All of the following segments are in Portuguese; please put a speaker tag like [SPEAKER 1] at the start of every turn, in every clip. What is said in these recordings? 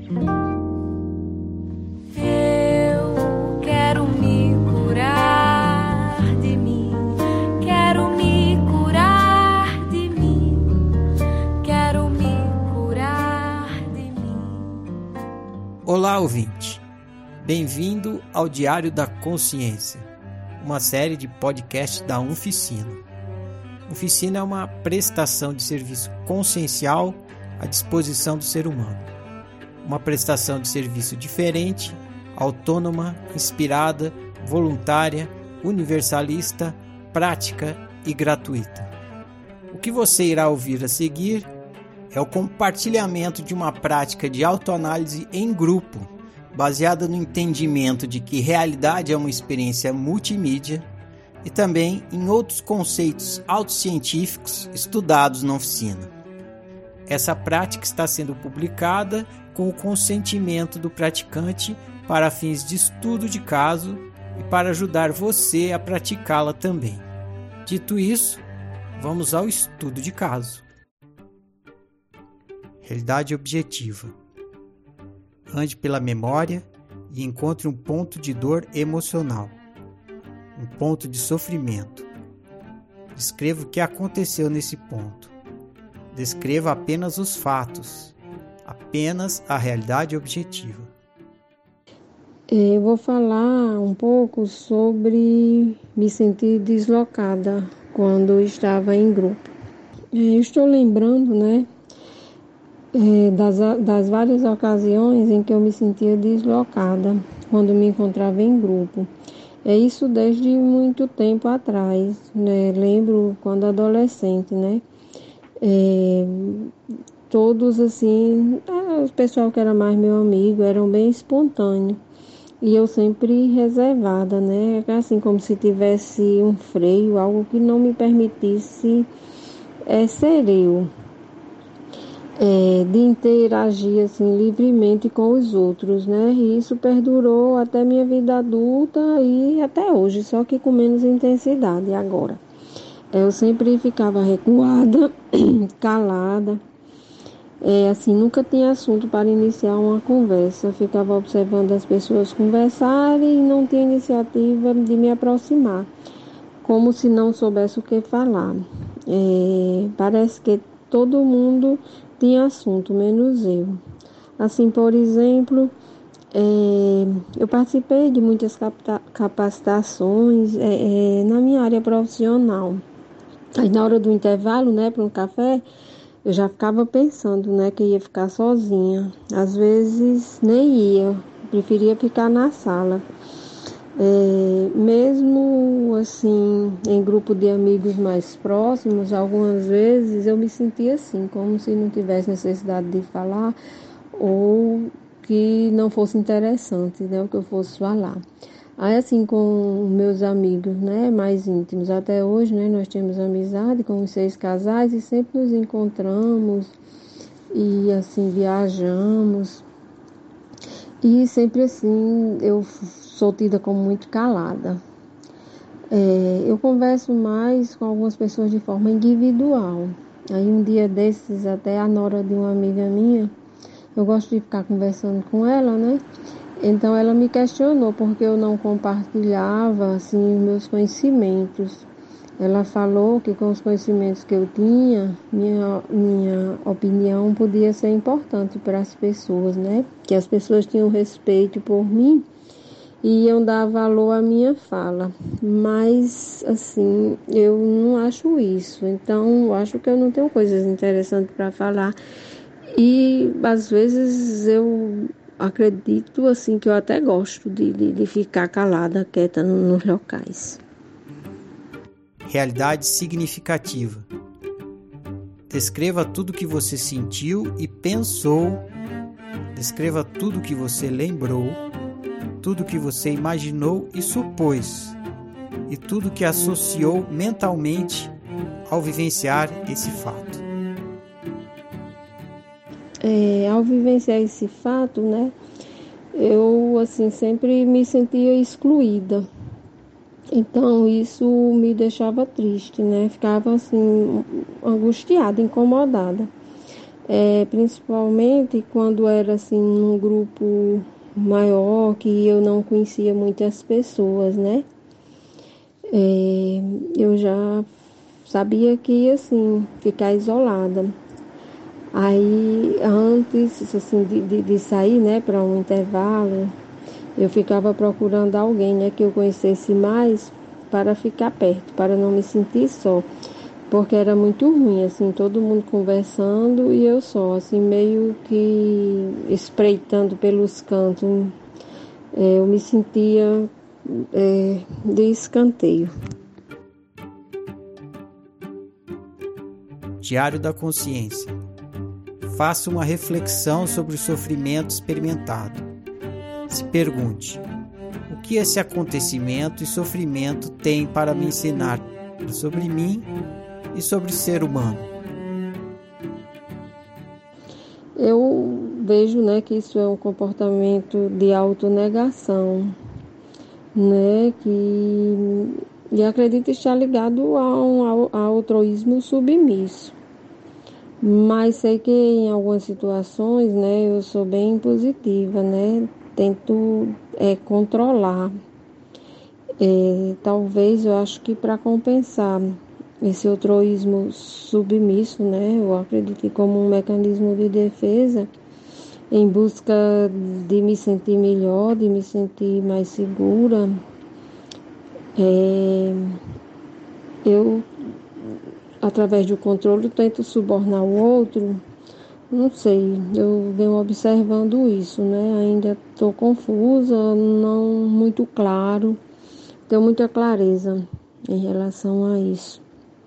[SPEAKER 1] Eu quero me curar de mim, quero me curar de mim, quero me curar de mim.
[SPEAKER 2] Olá, ouvinte! Bem-vindo ao Diário da Consciência, uma série de podcasts da Unficina. Unficina é uma prestação de serviço consciencial à disposição do ser humano. Uma prestação de serviço diferente, autônoma, inspirada, voluntária, universalista, prática e gratuita. O que você irá ouvir a seguir é o compartilhamento de uma prática de autoanálise em grupo, baseada no entendimento de que realidade é uma experiência multimídia e também em outros conceitos autocientíficos estudados na oficina. Essa prática está sendo publicada com o consentimento do praticante para fins de estudo de caso e para ajudar você a praticá-la também. Dito isso, vamos ao estudo de caso. Realidade objetiva. Ande pela memória e encontre um ponto de dor emocional, um ponto de sofrimento. Descreva o que aconteceu nesse ponto. Descreva apenas os fatos, apenas a realidade objetiva.
[SPEAKER 3] Eu vou falar um pouco sobre me sentir deslocada quando estava em grupo. Eu estou lembrando, das várias ocasiões em que eu me sentia deslocada quando me encontrava em grupo. É isso desde muito tempo atrás, Lembro quando adolescente, Todos assim, o pessoal que era mais meu amigo eram bem espontâneos e eu sempre reservada, Assim como se tivesse um freio, algo que não me permitisse ser eu. De interagir assim livremente com os outros, E isso perdurou até minha vida adulta e até hoje, só que com menos intensidade agora. Eu sempre ficava recuada, calada, nunca tinha assunto para iniciar uma conversa. Eu ficava observando as pessoas conversarem e não tinha iniciativa de me aproximar, como se não soubesse o que falar. Parece que todo mundo tinha assunto, menos eu. Assim, por exemplo, eu participei de muitas capacitações na minha área profissional. Aí, na hora do intervalo, para um café, eu já ficava pensando, que ia ficar sozinha. Às vezes, nem ia, preferia ficar na sala. Mesmo assim, em grupo de amigos mais próximos, algumas vezes eu me sentia assim, como se não tivesse necessidade de falar ou que não fosse interessante, o que eu fosse falar. Aí assim, com meus amigos, mais íntimos, até hoje, nós temos amizade com os 6 casais e sempre nos encontramos e assim, viajamos. E sempre assim, eu sou tida como muito calada. Eu converso mais com algumas pessoas de forma individual. Aí um dia desses, até a nora de uma amiga minha, eu gosto de ficar conversando com ela, Então ela me questionou porque eu não compartilhava assim os meus conhecimentos. Ela falou que com os conhecimentos que eu tinha, minha opinião podia ser importante para as pessoas, Que as pessoas tinham respeito por mim e iam dar valor à minha fala. Mas, assim, eu não acho isso. Então, eu acho que eu não tenho coisas interessantes para falar. E, às vezes, eu acredito, assim, que eu até gosto de ficar calada, quieta nos locais.
[SPEAKER 2] Realidade significativa. Descreva tudo que você sentiu e pensou. Descreva tudo que você lembrou, tudo que você imaginou e supôs, e tudo que associou mentalmente ao vivenciar esse fato.
[SPEAKER 3] Ao vivenciar esse fato, eu assim sempre me sentia excluída. Então isso me deixava triste, Ficava assim angustiada, incomodada. principalmente quando era assim num grupo maior, que eu não conhecia muitas pessoas, né? Eu já sabia que ia assim ficar isolada. Aí antes assim de sair, né, para um intervalo, eu ficava procurando alguém, né, que eu conhecesse mais para ficar perto, para não me sentir só, porque era muito ruim, assim, todo mundo conversando e eu só, assim, meio que espreitando pelos cantos. Eu me sentia de escanteio.
[SPEAKER 2] Diário da Consciência. Faça uma reflexão sobre o sofrimento experimentado. Se pergunte: o que esse acontecimento e sofrimento tem para me ensinar sobre mim e sobre o ser humano?
[SPEAKER 3] Eu vejo, né, que isso é um comportamento de autonegação, né, e acredito estar ligado a um altruísmo submisso. Mas sei que em algumas situações, né, eu sou bem positiva, né, tento controlar. Talvez eu acho que para compensar esse altruísmo submisso, né, eu acredito que como um mecanismo de defesa, em busca de me sentir melhor, de me sentir mais segura, eu, através do controle, tento subornar o outro. Não sei, eu venho observando isso, né? Ainda estou confusa, não muito claro, tenho muita clareza em relação a isso.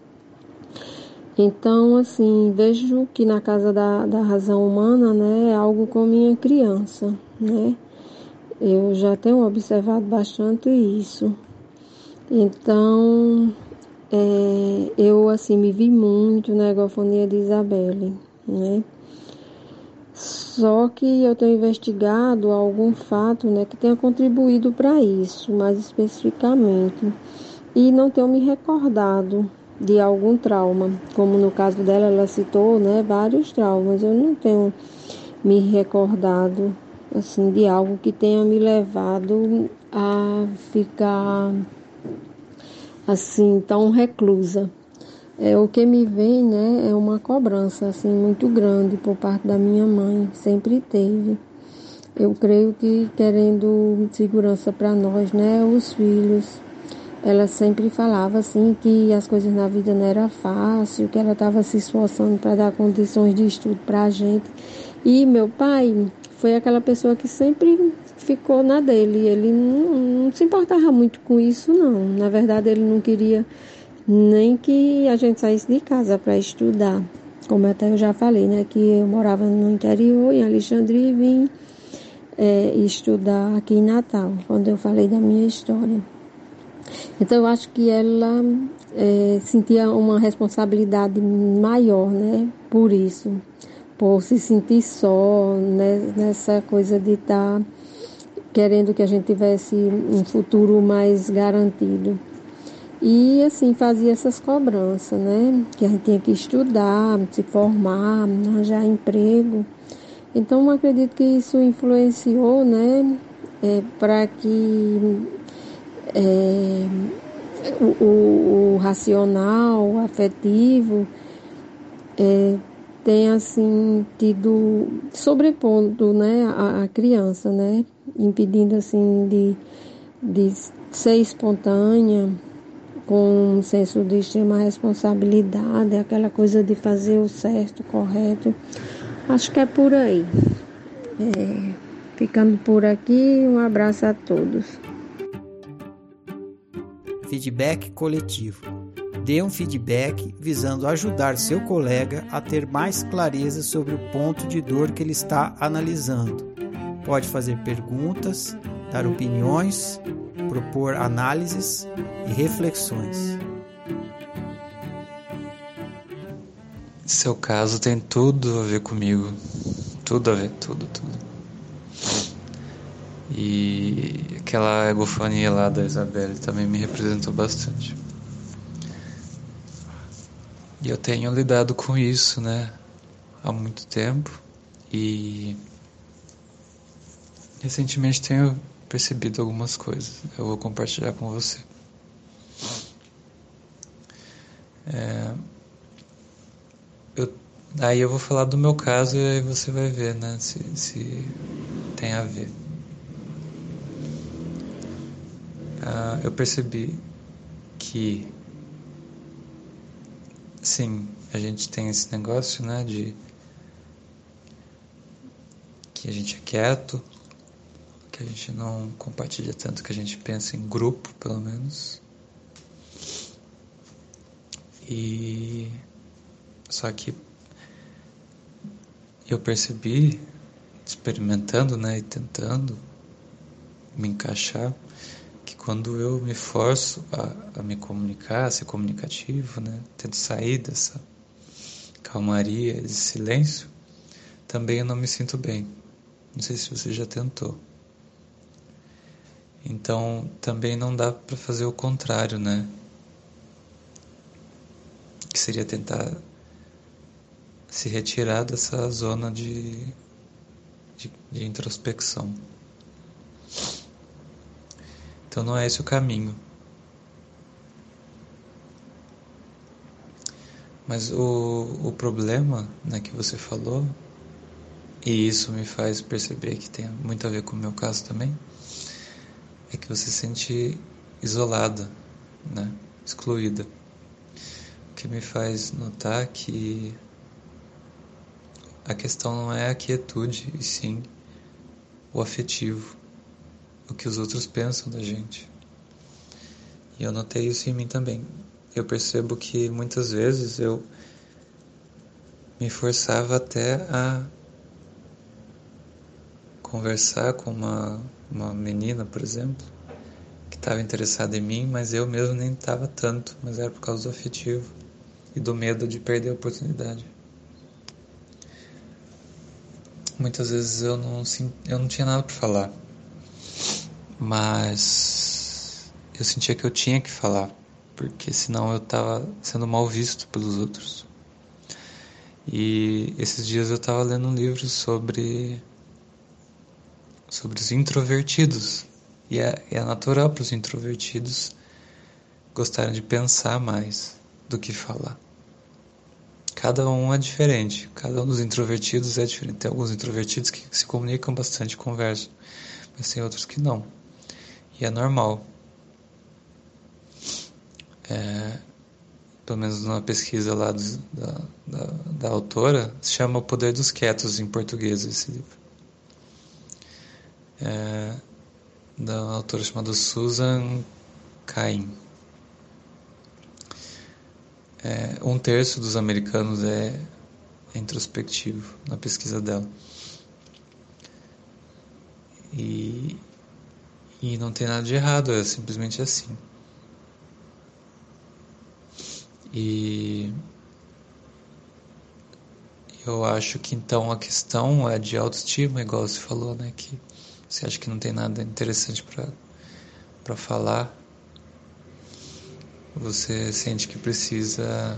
[SPEAKER 3] Então, assim, vejo que na casa da razão humana, né, é algo com minha criança, né? Eu já tenho observado bastante isso. Então, eu, assim, me vi muito na egofonia de Isabelle, né? Só que eu tenho investigado algum fato, né, que tenha contribuído para isso, mais especificamente, e não tenho me recordado de algum trauma, como no caso dela, ela citou, né, vários traumas. Eu não tenho me recordado assim de algo que tenha me levado a ficar assim tão reclusa. O que me vem, né, é uma cobrança assim muito grande por parte da minha mãe, sempre teve. Eu creio que querendo segurança para nós, né, os filhos. Ela sempre falava assim que as coisas na vida não era fácil, que ela estava se esforçando para dar condições de estudo para a gente. E meu pai foi aquela pessoa que sempre ficou na dele. Ele não se importava muito com isso, não. Na verdade, ele não queria nem que a gente saísse de casa para estudar. Como até eu já falei, né, que eu morava no interior, em Alexandria, e vim estudar aqui em Natal, quando eu falei da minha história. Então, eu acho que ela sentia uma responsabilidade maior, né, por isso, por se sentir só, né, nessa coisa de estar querendo que a gente tivesse um futuro mais garantido. E, assim, fazia essas cobranças, né, que a gente tinha que estudar, se formar, arranjar emprego. Então, eu acredito que isso influenciou, né, para que o racional, o afetivo, tem assim tido sobrepondo, né, a criança, né, impedindo assim de ser espontânea, com um senso de extrema responsabilidade, aquela coisa de fazer o certo, o correto. Acho que é por aí. Ficando por aqui, um abraço a todos.
[SPEAKER 2] Feedback coletivo. Dê um feedback visando ajudar seu colega a ter mais clareza sobre o ponto de dor que ele está analisando. Pode fazer perguntas, dar opiniões, propor análises e reflexões.
[SPEAKER 4] Seu caso tem tudo a ver comigo. Tudo a ver, tudo. E aquela egofonia lá da Isabelle também me representou bastante. E eu tenho lidado com isso, né? há muito tempo e recentemente tenho percebido algumas coisas. Eu vou compartilhar com você. Aí eu vou falar do meu caso e aí você vai ver, né, se tem a ver. Eu percebi que, sim, a gente tem esse negócio, né, de que a gente é quieto, que a gente não compartilha tanto, que a gente pensa em grupo, pelo menos. E só que eu percebi, experimentando, né, e tentando me encaixar, que quando eu me forço a me comunicar, a ser comunicativo, né, tento sair dessa calmaria, desse silêncio, também eu não me sinto bem. Não sei se você já tentou. Então, também não dá para fazer o contrário, né? Que seria tentar se retirar dessa zona de introspecção. Então não é esse o caminho. Mas o problema, né, que você falou, e isso me faz perceber que tem muito a ver com o meu caso também, é que você se sente isolada, né, excluída. O que me faz notar que a questão não é a quietude, e sim o afetivo, o que os outros pensam da gente. E eu notei isso em mim também. Eu percebo que muitas vezes eu me forçava até a conversar com uma menina, por exemplo, que estava interessada em mim, mas eu mesmo nem estava tanto, mas era por causa do afetivo e do medo de perder a oportunidade. Muitas vezes eu não tinha nada para falar, mas eu sentia que eu tinha que falar, porque senão eu estava sendo mal visto pelos outros. E esses dias eu estava lendo um livro sobre os introvertidos. E é natural para os introvertidos gostarem de pensar mais do que falar. Cada um é diferente, cada um dos introvertidos é diferente. Tem alguns introvertidos que se comunicam bastante, conversam, mas tem outros que não. E é normal. Pelo menos numa pesquisa lá da autora, se chama O Poder dos Quietos em português esse livro. Da autora chamada Susan Cain. 1/3 dos americanos é introspectivo na pesquisa dela. E não tem nada de errado, é simplesmente assim. E eu acho que então a questão é de autoestima, igual você falou, né? Que você acha que não tem nada interessante para falar. Você sente que precisa...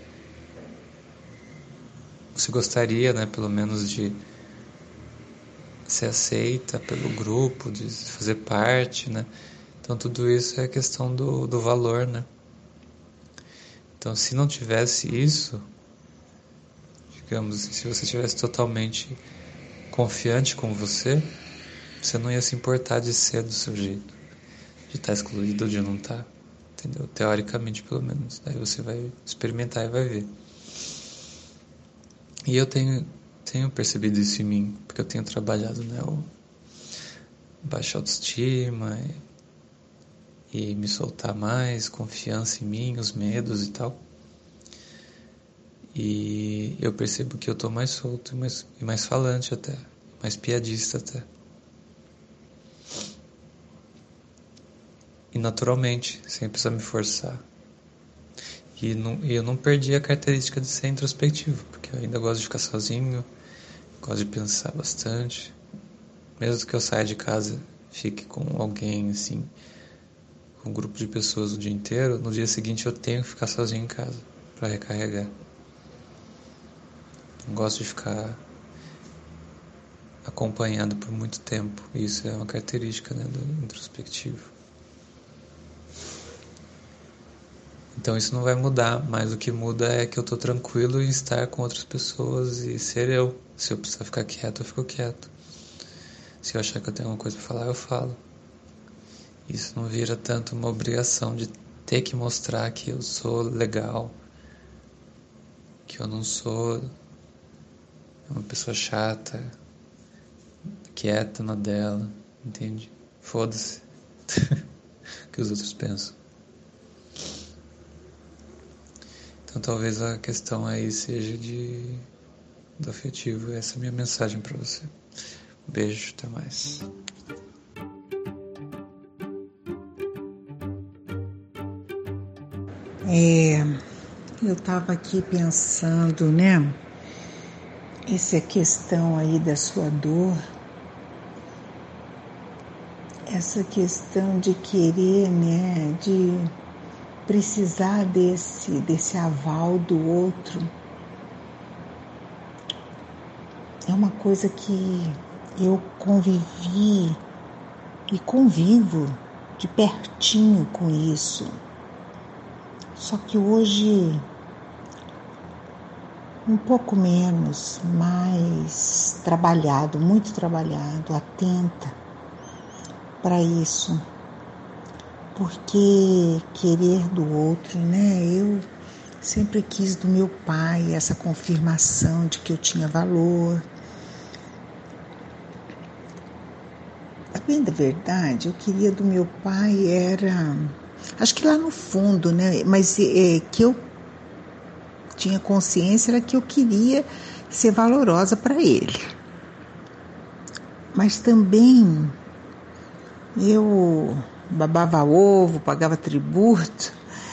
[SPEAKER 4] Você gostaria, né, pelo menos de ser aceita pelo grupo, de fazer parte, né? Então tudo isso é questão do valor, né? Então se não tivesse isso, digamos assim, se você estivesse totalmente confiante com você não ia se importar de ser do seu jeito, de estar excluído ou de não estar. Entendeu? Teoricamente, pelo menos. Daí você vai experimentar e vai ver. E eu tenho percebido isso em mim, porque eu tenho trabalhado, né, o baixa autoestima e me soltar mais, confiança em mim, os medos e tal. E eu percebo que eu tô mais solto e mais falante até, mais piadista até. E naturalmente, sem precisar me forçar. E eu não perdi a característica de ser introspectivo, porque eu ainda gosto de ficar sozinho, gosto de pensar bastante. Mesmo que eu saia de casa, fique com alguém, assim, com um grupo de pessoas o dia inteiro, no dia seguinte eu tenho que ficar sozinho em casa para recarregar. Não gosto de ficar acompanhando por muito tempo. Isso é uma característica, né, do introspectivo. Então isso não vai mudar, mas o que muda é que eu estou tranquilo em estar com outras pessoas e ser eu. Se eu precisar ficar quieto, eu fico quieto. Se eu achar que eu tenho alguma coisa para falar, eu falo. Isso não vira tanto uma obrigação de ter que mostrar que eu sou legal, que eu não sou uma pessoa chata, quieta na dela, entende? Foda-se o que os outros pensam. Então talvez a questão aí seja do afetivo. Essa é a minha mensagem para você. Beijo, até mais.
[SPEAKER 5] Eu estava aqui pensando, né? Essa questão aí da sua dor, essa questão de querer, né? De precisar desse aval do outro. É uma coisa que eu convivi e convivo de pertinho com isso. Só que hoje, um pouco menos, mais trabalhado, muito trabalhado, atenta para isso. Porque querer do outro, né? Eu sempre quis do meu pai essa confirmação de que eu tinha valor. A bem da verdade, eu queria do meu pai acho que lá no fundo, né? Mas que eu tinha consciência era que eu queria ser valorosa para ele. Mas também eu babava ovo, pagava tributo,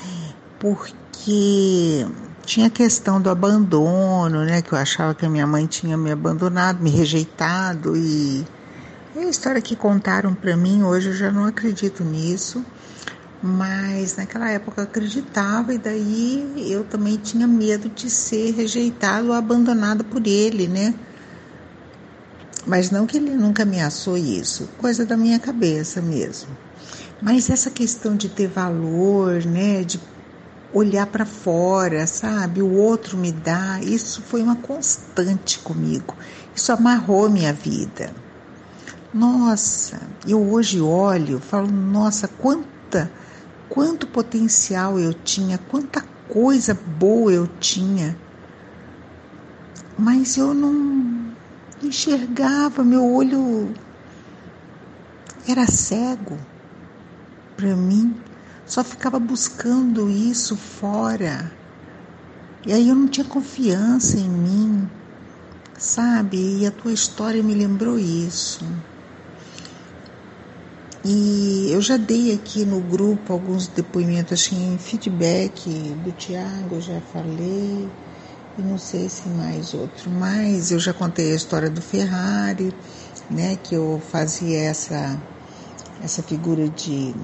[SPEAKER 5] porque tinha a questão do abandono, né? Que eu achava que a minha mãe tinha me abandonado, me rejeitado, e é a história que contaram para mim. Hoje eu já não acredito nisso, mas naquela época eu acreditava, e daí eu também tinha medo de ser rejeitada ou abandonada por ele, né? Mas não que ele nunca ameaçou isso, coisa da minha cabeça mesmo. Mas essa questão de ter valor, né, de olhar para fora, sabe, o outro me dá, isso foi uma constante comigo. Isso amarrou minha vida. Nossa, eu hoje olho, falo, nossa, quanto potencial eu tinha, quanta coisa boa eu tinha. Mas eu não enxergava, meu olho era cego para mim, só ficava buscando isso fora. E aí eu não tinha confiança em mim, sabe? E a tua história me lembrou isso. E eu já dei aqui no grupo alguns depoimentos, assim, feedback do Tiago, eu já falei, e não sei se mais outro, mas eu já contei a história do Ferrari, né, que eu fazia essa figura de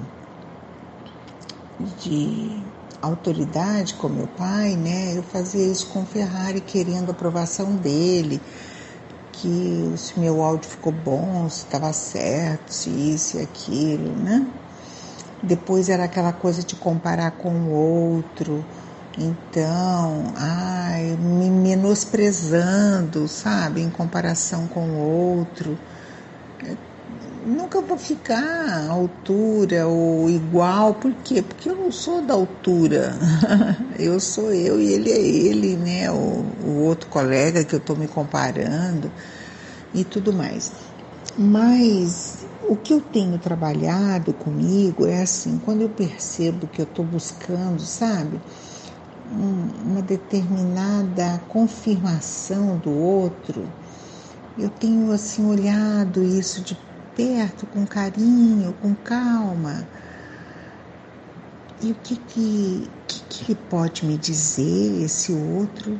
[SPEAKER 5] autoridade com meu pai, né? Eu fazia isso com o Ferrari, querendo a aprovação dele, que se meu áudio ficou bom, se estava certo, se isso e aquilo, né? Depois era aquela coisa de comparar com o outro, então, me menosprezando, sabe, em comparação com o outro. Nunca vou ficar à altura ou igual, por quê? Porque eu não sou da altura, eu sou eu e ele é ele, né? O outro colega que eu estou me comparando e tudo mais. Mas o que eu tenho trabalhado comigo é assim, quando eu percebo que eu estou buscando, sabe, uma determinada confirmação do outro, eu tenho assim olhado isso de perto, com carinho, com calma. E o que ele pode me dizer, esse outro,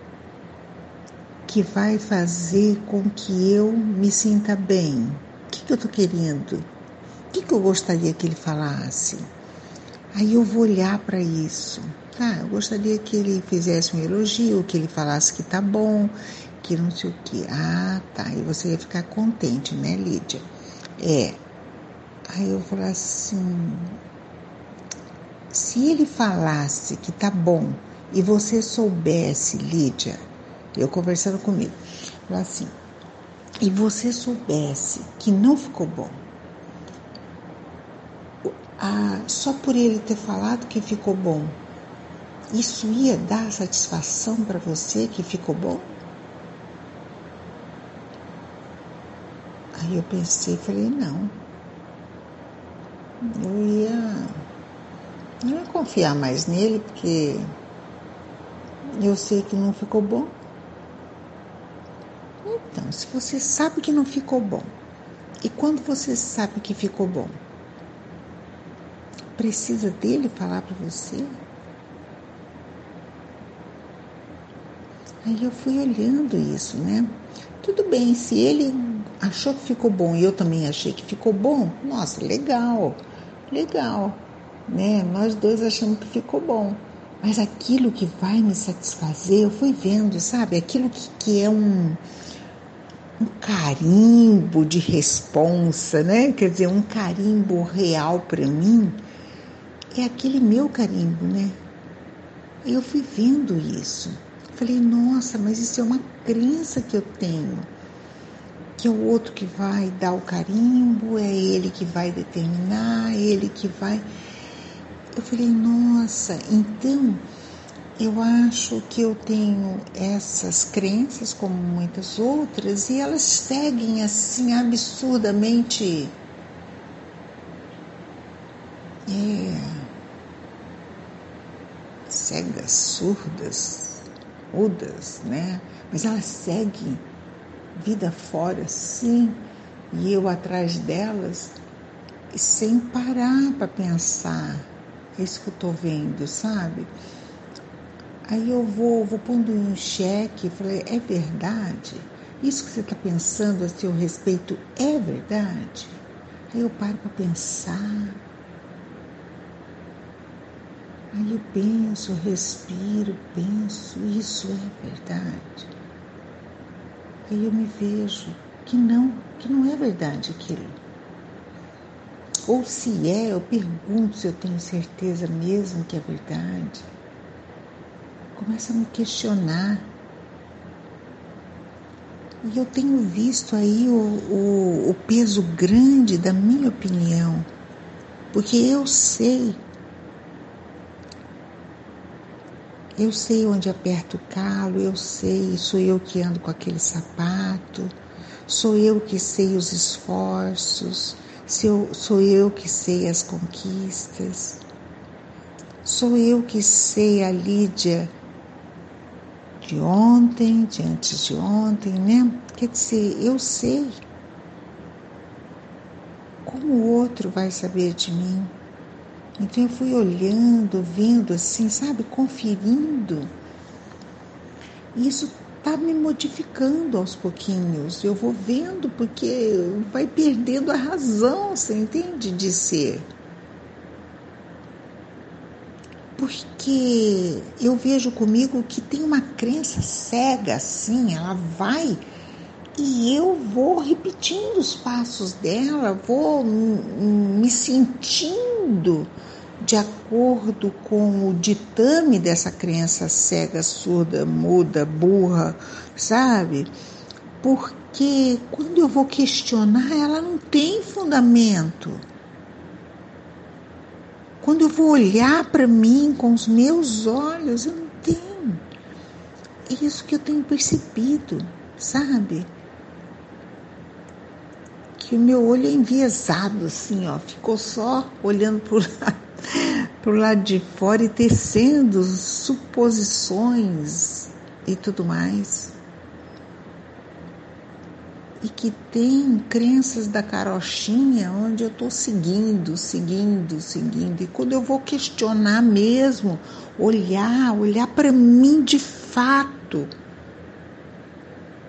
[SPEAKER 5] que vai fazer com que eu me sinta bem? O que eu estou querendo? O que eu gostaria que ele falasse? Aí eu vou olhar para isso. Eu gostaria que ele fizesse um elogio, que ele falasse que tá bom, que não sei o quê. Tá. E você ia ficar contente, né, Lídia? Aí eu vou falar assim, se ele falasse que tá bom e você soubesse, Lídia, eu conversando comigo, falar assim, e você soubesse que não ficou bom, só por ele ter falado que ficou bom, isso ia dar satisfação para você que ficou bom? Aí eu pensei, falei, não. Eu ia confiar mais nele, porque eu sei que não ficou bom. Então, se você sabe que não ficou bom, e quando você sabe que ficou bom, precisa dele falar para você? Aí eu fui olhando isso, né? Tudo bem, se ele achou que ficou bom e eu também achei que ficou bom, nossa, legal, né? Nós dois achamos que ficou bom. Mas aquilo que vai me satisfazer, eu fui vendo, sabe? Aquilo que é um carimbo de responsa, né? Quer dizer, um carimbo real para mim, é aquele meu carimbo, né? Eu fui vendo isso. Falei, nossa, mas isso é uma crença que eu tenho. Que é o outro que vai dar o carimbo, é ele que vai determinar, é ele que vai... Eu falei, nossa, então eu acho que eu tenho essas crenças como muitas outras e elas seguem assim absurdamente cegas, surdas, mudas, né? Mas elas seguem vida fora, sim, e eu atrás delas, sem parar para pensar. É isso que eu estou vendo, sabe? Aí eu vou pondo em xeque, falei, é verdade? Isso que você está pensando a seu respeito é verdade? Aí eu paro para pensar. Aí eu penso, respiro, penso, isso é verdade? Aí eu me vejo que não é verdade aquilo. Ou se é, eu pergunto se eu tenho certeza mesmo que é verdade. Começa a me questionar. E eu tenho visto aí o peso grande da minha opinião. Porque eu sei onde aperto o calo, eu sei, sou eu que ando com aquele sapato, sou eu que sei os esforços, sou eu que sei as conquistas, sou eu que sei a Lídia de ontem, de antes de ontem, né? Quer dizer, eu sei. Como o outro vai saber de mim? Então eu fui olhando, vendo assim, sabe, conferindo. E isso está me modificando aos pouquinhos. Eu vou vendo porque vai perdendo a razão, você entende, de ser. Porque eu vejo comigo que tem uma crença cega assim, ela vai e eu vou repetindo os passos dela, vou me sentindo de acordo com o ditame dessa crença cega, surda, muda, burra, sabe? Porque quando eu vou questionar, ela não tem fundamento. Quando eu vou olhar para mim com os meus olhos, eu não tenho. É isso que eu tenho percebido, sabe? Que o meu olho é enviesado, assim, ó, ficou só olhando pro lado de fora e tecendo suposições e tudo mais. E que tem crenças da carochinha onde eu estou seguindo. E quando eu vou questionar mesmo, olhar para mim de fato,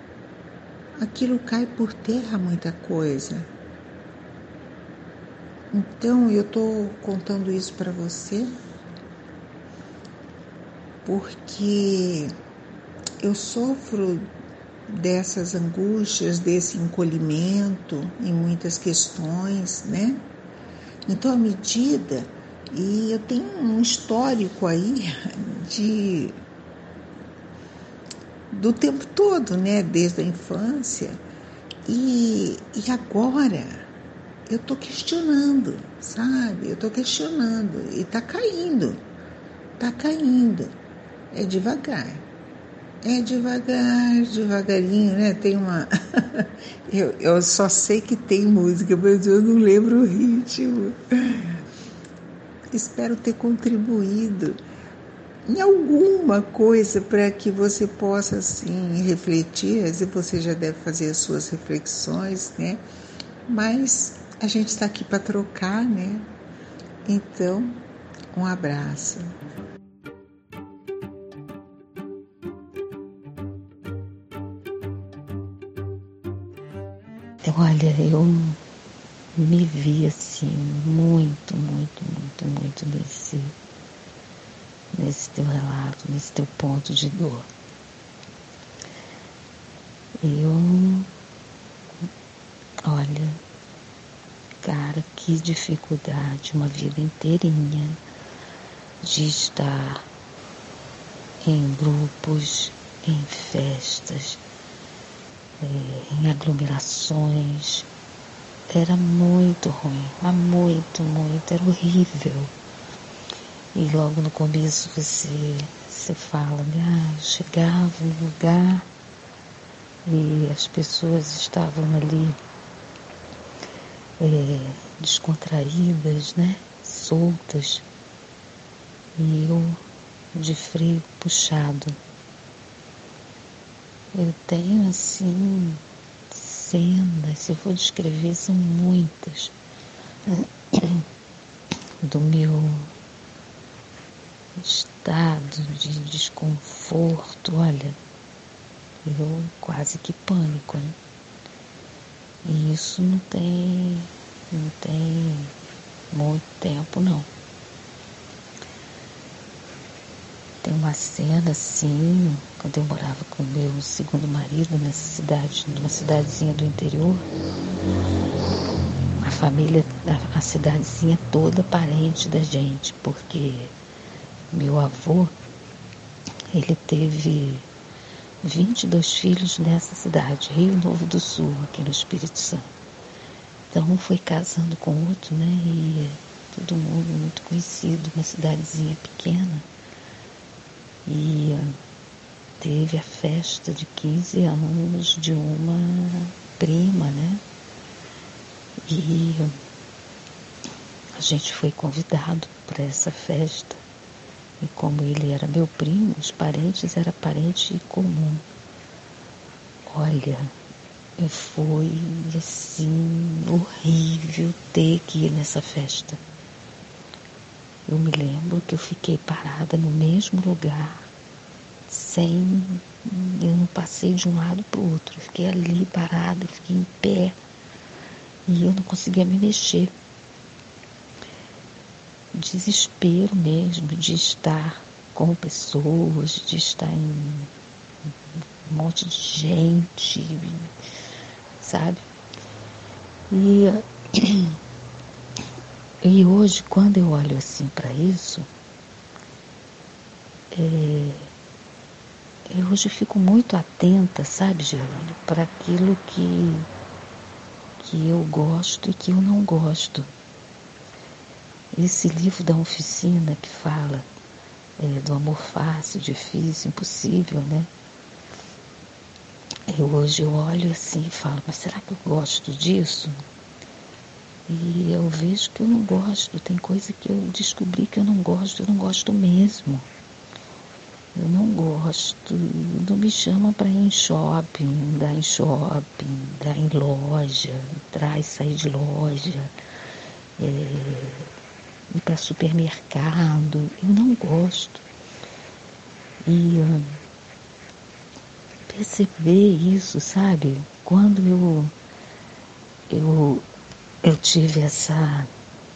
[SPEAKER 5] aquilo cai por terra muita coisa. Então, eu estou contando isso para você porque eu sofro dessas angústias, desse encolhimento em muitas questões, né? Então, à medida, e eu tenho um histórico aí do tempo todo, né? Desde a infância, e agora eu estou questionando, sabe? Eu estou questionando e está caindo. É devagar, devagarinho, né? Tem uma... eu só sei que tem música, mas eu não lembro o ritmo. Espero ter contribuído em alguma coisa para que você possa, assim, refletir. Às vezes você já deve fazer as suas reflexões, né? Mas a gente está aqui para trocar, né? Então, um abraço.
[SPEAKER 6] Olha, eu me vi assim, muito nesse teu relato, nesse teu ponto de dor. Olha, cara, que dificuldade, uma vida inteirinha de estar em grupos, em festas, em aglomerações. Era muito ruim, mas muito, era horrível. E logo no começo você fala, né? Eu chegava no lugar e as pessoas estavam ali descontraídas, né? Soltas. E eu de freio puxado. Eu tenho assim cenas, se eu for descrever, são muitas, do meu estado de desconforto. Olha, eu quase que pânico, né? E isso não tem muito tempo, não. Tem uma cena assim, quando eu morava com meu segundo marido nessa cidade, numa cidadezinha do interior, a família, a cidadezinha toda parente da gente, porque meu avô, ele teve 22 filhos nessa cidade, Rio Novo do Sul, aqui no Espírito Santo. Então um foi casando com o outro, né? E todo mundo muito conhecido, uma cidadezinha pequena. E teve a festa de 15 anos de uma prima, né? E a gente foi convidado para essa festa. E como ele era meu primo, os parentes eram parente comum. Olha, foi assim, horrível ter que ir nessa festa. Eu me lembro que eu fiquei parada no mesmo lugar, eu não passei de um lado para o outro. Eu fiquei ali parada, fiquei em pé e eu não conseguia me mexer. Desespero mesmo de estar com pessoas, de estar em um monte de gente, sabe? E hoje, quando eu olho assim para isso, eu hoje fico muito atenta, sabe, Gerônimo, para aquilo que eu gosto e que eu não gosto. Esse livro da oficina que fala do amor fácil, difícil, impossível, né? Hoje eu olho assim e falo, mas será que eu gosto disso? E eu vejo que eu não gosto, tem coisa que eu descobri que eu não gosto mesmo. Eu não gosto, não me chama para ir em shopping, dar em loja, entrar e sair de loja, ir para supermercado, eu não gosto. E perceber isso, sabe? Quando eu tive essa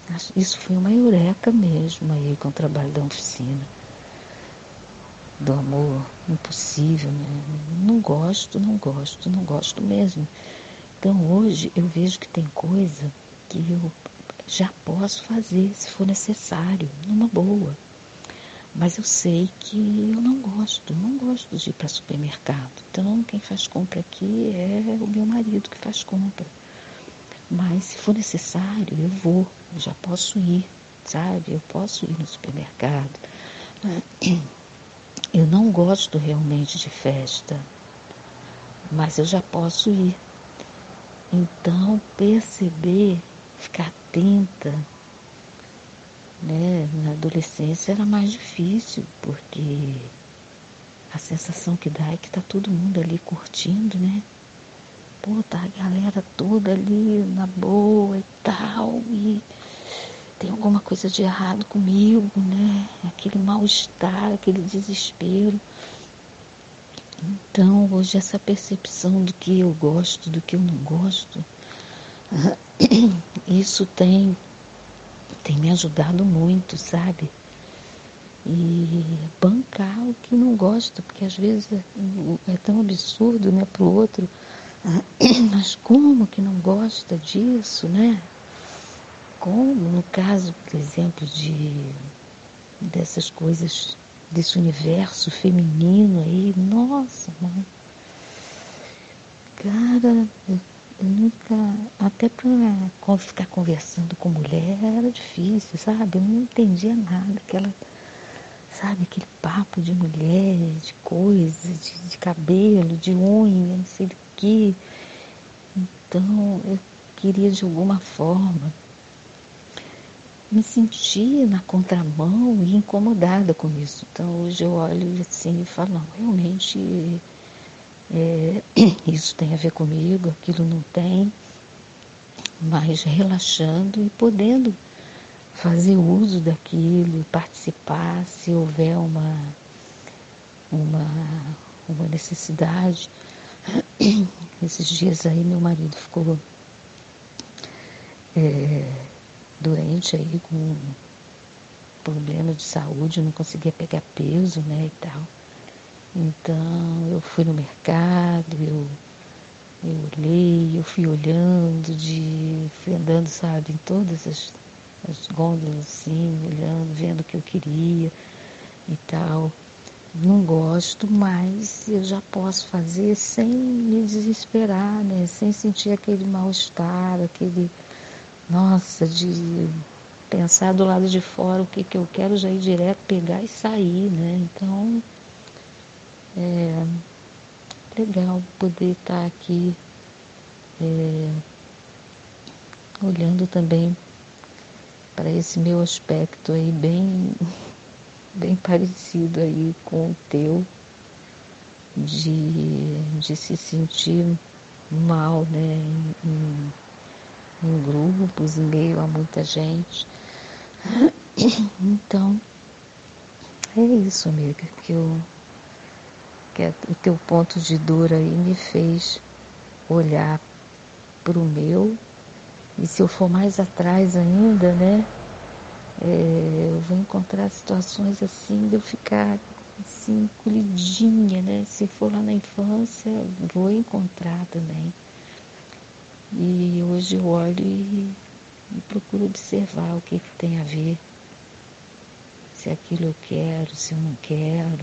[SPEAKER 6] Isso foi uma eureka mesmo aí com o trabalho da oficina. Do amor impossível, né? Não gosto mesmo. Então hoje eu vejo que tem coisa que eu já posso fazer se for necessário, numa boa. Mas eu sei que eu não gosto de ir para supermercado. Então quem faz compra aqui é o meu marido que faz compra. Mas se for necessário, eu vou, eu já posso ir, sabe? Eu posso ir no supermercado. Eu não gosto realmente de festa, mas eu já posso ir. Então, perceber, ficar atenta, né? Na adolescência era mais difícil, porque a sensação que dá é que tá todo mundo ali curtindo, né? Pô, tá a galera toda ali na boa e tal, e tem alguma coisa de errado comigo, né? Aquele mal-estar, aquele desespero. Então, hoje essa percepção do que eu gosto, do que eu não gosto, isso tem me ajudado muito, sabe? E bancar o que não gosta, porque às vezes é tão absurdo, né, pro outro. Mas como que não gosta disso, né? Como, no caso, por exemplo, dessas coisas, desse universo feminino aí, nossa, mãe. Cara, eu nunca, até para ficar conversando com mulher era difícil, sabe? Eu não entendia nada, sabe, aquele papo de mulher, de coisa, de cabelo, de unha, não sei do que. Então, eu queria de alguma forma me sentir na contramão e incomodada com isso. Então hoje eu olho assim e falo, não, realmente isso tem a ver comigo, aquilo não tem, mas relaxando e podendo fazer uso daquilo, participar, se houver uma necessidade. Esses dias aí meu marido ficou doente aí com problema de saúde, não conseguia pegar peso, né, e tal. Então eu fui no mercado, eu olhei, eu fui olhando, fui andando, sabe, em todas as gôndolas assim, olhando, vendo o que eu queria e tal. Não gosto, mas eu já posso fazer sem me desesperar, né, sem sentir aquele mal-estar, nossa, de pensar do lado de fora o que eu quero, já ir direto, pegar e sair, né? Então, é legal poder estar aqui olhando também para esse meu aspecto aí bem parecido aí com o teu, de se sentir mal, né? Em grupos, em meio a muita gente. Então, é isso, amiga, que o teu ponto de dor aí me fez olhar para o meu, e se eu for mais atrás ainda, né, eu vou encontrar situações assim de eu ficar assim, colhidinha, né, se for lá na infância, vou encontrar também. E hoje eu olho e procuro observar o que tem a ver, se aquilo eu quero, se eu não quero,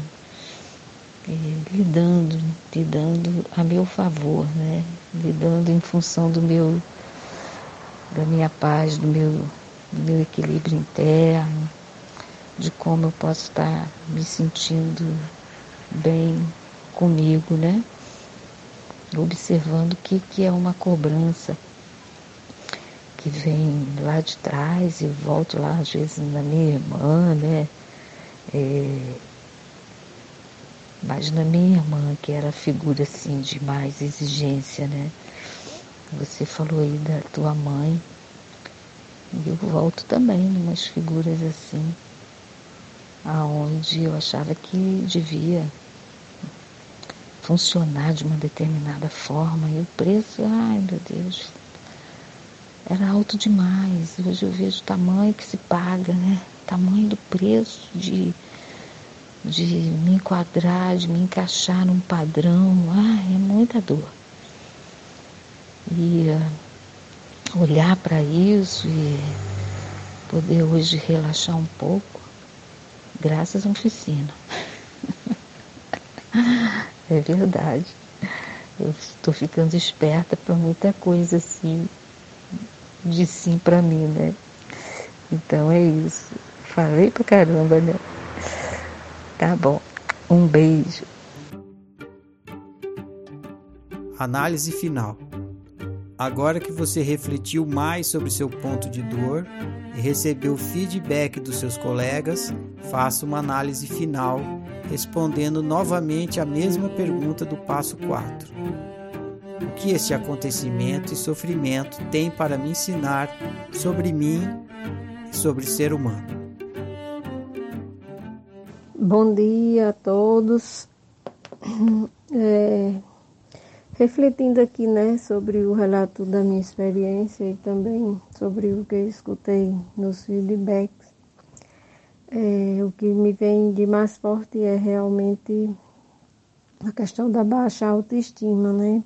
[SPEAKER 6] lidando a meu favor, né? Lidando em função da minha paz, do meu equilíbrio interno, de como eu posso estar me sentindo bem comigo, né? Observando o que é uma cobrança que vem lá de trás, e volto lá às vezes na minha irmã, né? Mas na minha irmã, que era a figura assim de mais exigência, né? Você falou aí da tua mãe, e eu volto também em umas figuras assim, aonde eu achava que devia funcionar de uma determinada forma, e o preço, ai meu Deus, era alto demais. Hoje eu vejo o tamanho que se paga, né? Tamanho do preço de me enquadrar, de me encaixar num padrão. É muita dor. E olhar para isso e poder hoje relaxar um pouco, graças à oficina. É verdade. Eu estou ficando esperta para muita coisa assim, de sim para mim, né? Então é isso. Falei pra caramba, né? Tá bom. Um beijo.
[SPEAKER 2] Análise final. Agora que você refletiu mais sobre seu ponto de dor e recebeu feedback dos seus colegas, faça uma análise final, respondendo novamente a mesma pergunta do passo 4. O que este acontecimento e sofrimento tem para me ensinar sobre mim e sobre ser humano?
[SPEAKER 3] Bom dia a todos. Refletindo aqui, né, sobre o relato da minha experiência e também sobre o que eu escutei nos feedbacks, o que me vem de mais forte é realmente a questão da baixa autoestima, né,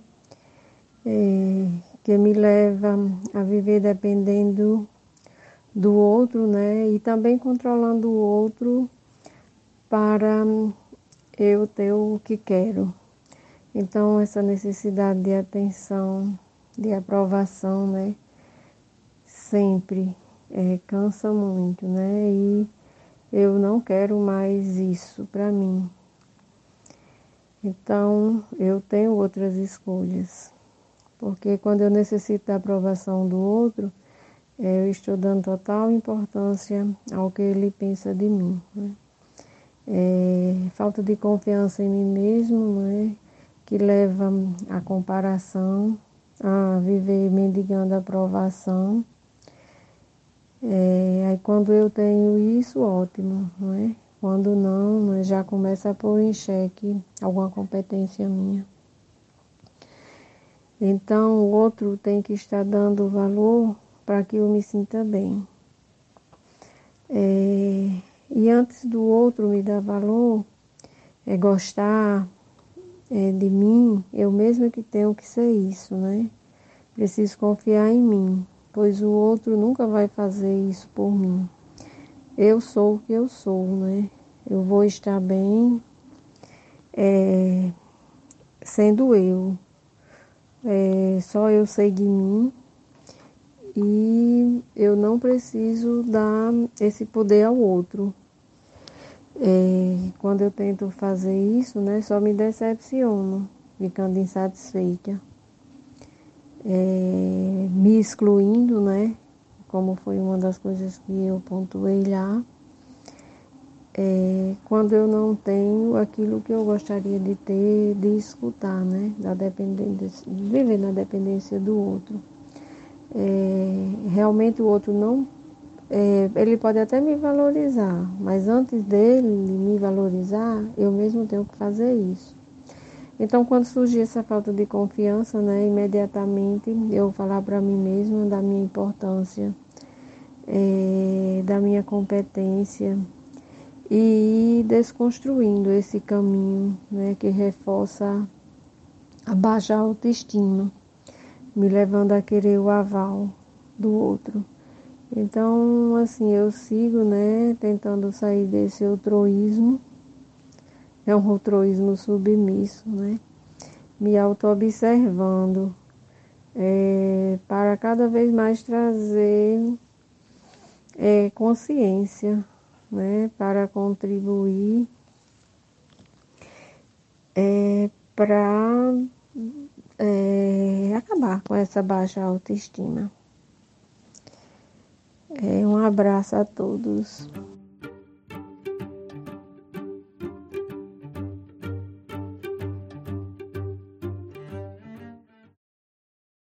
[SPEAKER 3] que me leva a viver dependendo do outro, né, e também controlando o outro para eu ter o que quero. Então, essa necessidade de atenção, de aprovação, né, sempre cansa muito, né, e eu não quero mais isso para mim. Então, eu tenho outras escolhas, porque quando eu necessito da aprovação do outro, eu estou dando total importância ao que ele pensa de mim, né. Falta de confiança em mim mesmo, né, que leva à comparação, a viver mendigando aprovação. Aí quando eu tenho isso, ótimo, não é? Quando não, já começa a pôr em xeque alguma competência minha. Então o outro tem que estar dando valor para que eu me sinta bem. E antes do outro me dar valor, gostar de mim, eu mesma que tenho que ser isso, né? Preciso confiar em mim, pois o outro nunca vai fazer isso por mim. Eu sou o que eu sou, né? Eu vou estar bem sendo eu. Só eu sei de mim e eu não preciso dar esse poder ao outro. Quando eu tento fazer isso, né, só me decepciono, ficando insatisfeita, me excluindo, né, como foi uma das coisas que eu pontuei lá, quando eu não tenho aquilo que eu gostaria de ter, de escutar, né, da dependência, viver na dependência do outro. Realmente o outro não ele pode até me valorizar, mas antes dele me valorizar, eu mesmo tenho que fazer isso. Então, quando surgir essa falta de confiança, né, imediatamente eu vou falar para mim mesma da minha importância, da minha competência e ir desconstruindo esse caminho, né, que reforça a baixa autoestima, me levando a querer o aval do outro. Então, assim, eu sigo, né, tentando sair desse outroísmo, é um outroísmo submisso, né, me auto-observando, para cada vez mais trazer consciência, né, para contribuir para acabar com essa baixa autoestima. Um abraço a todos.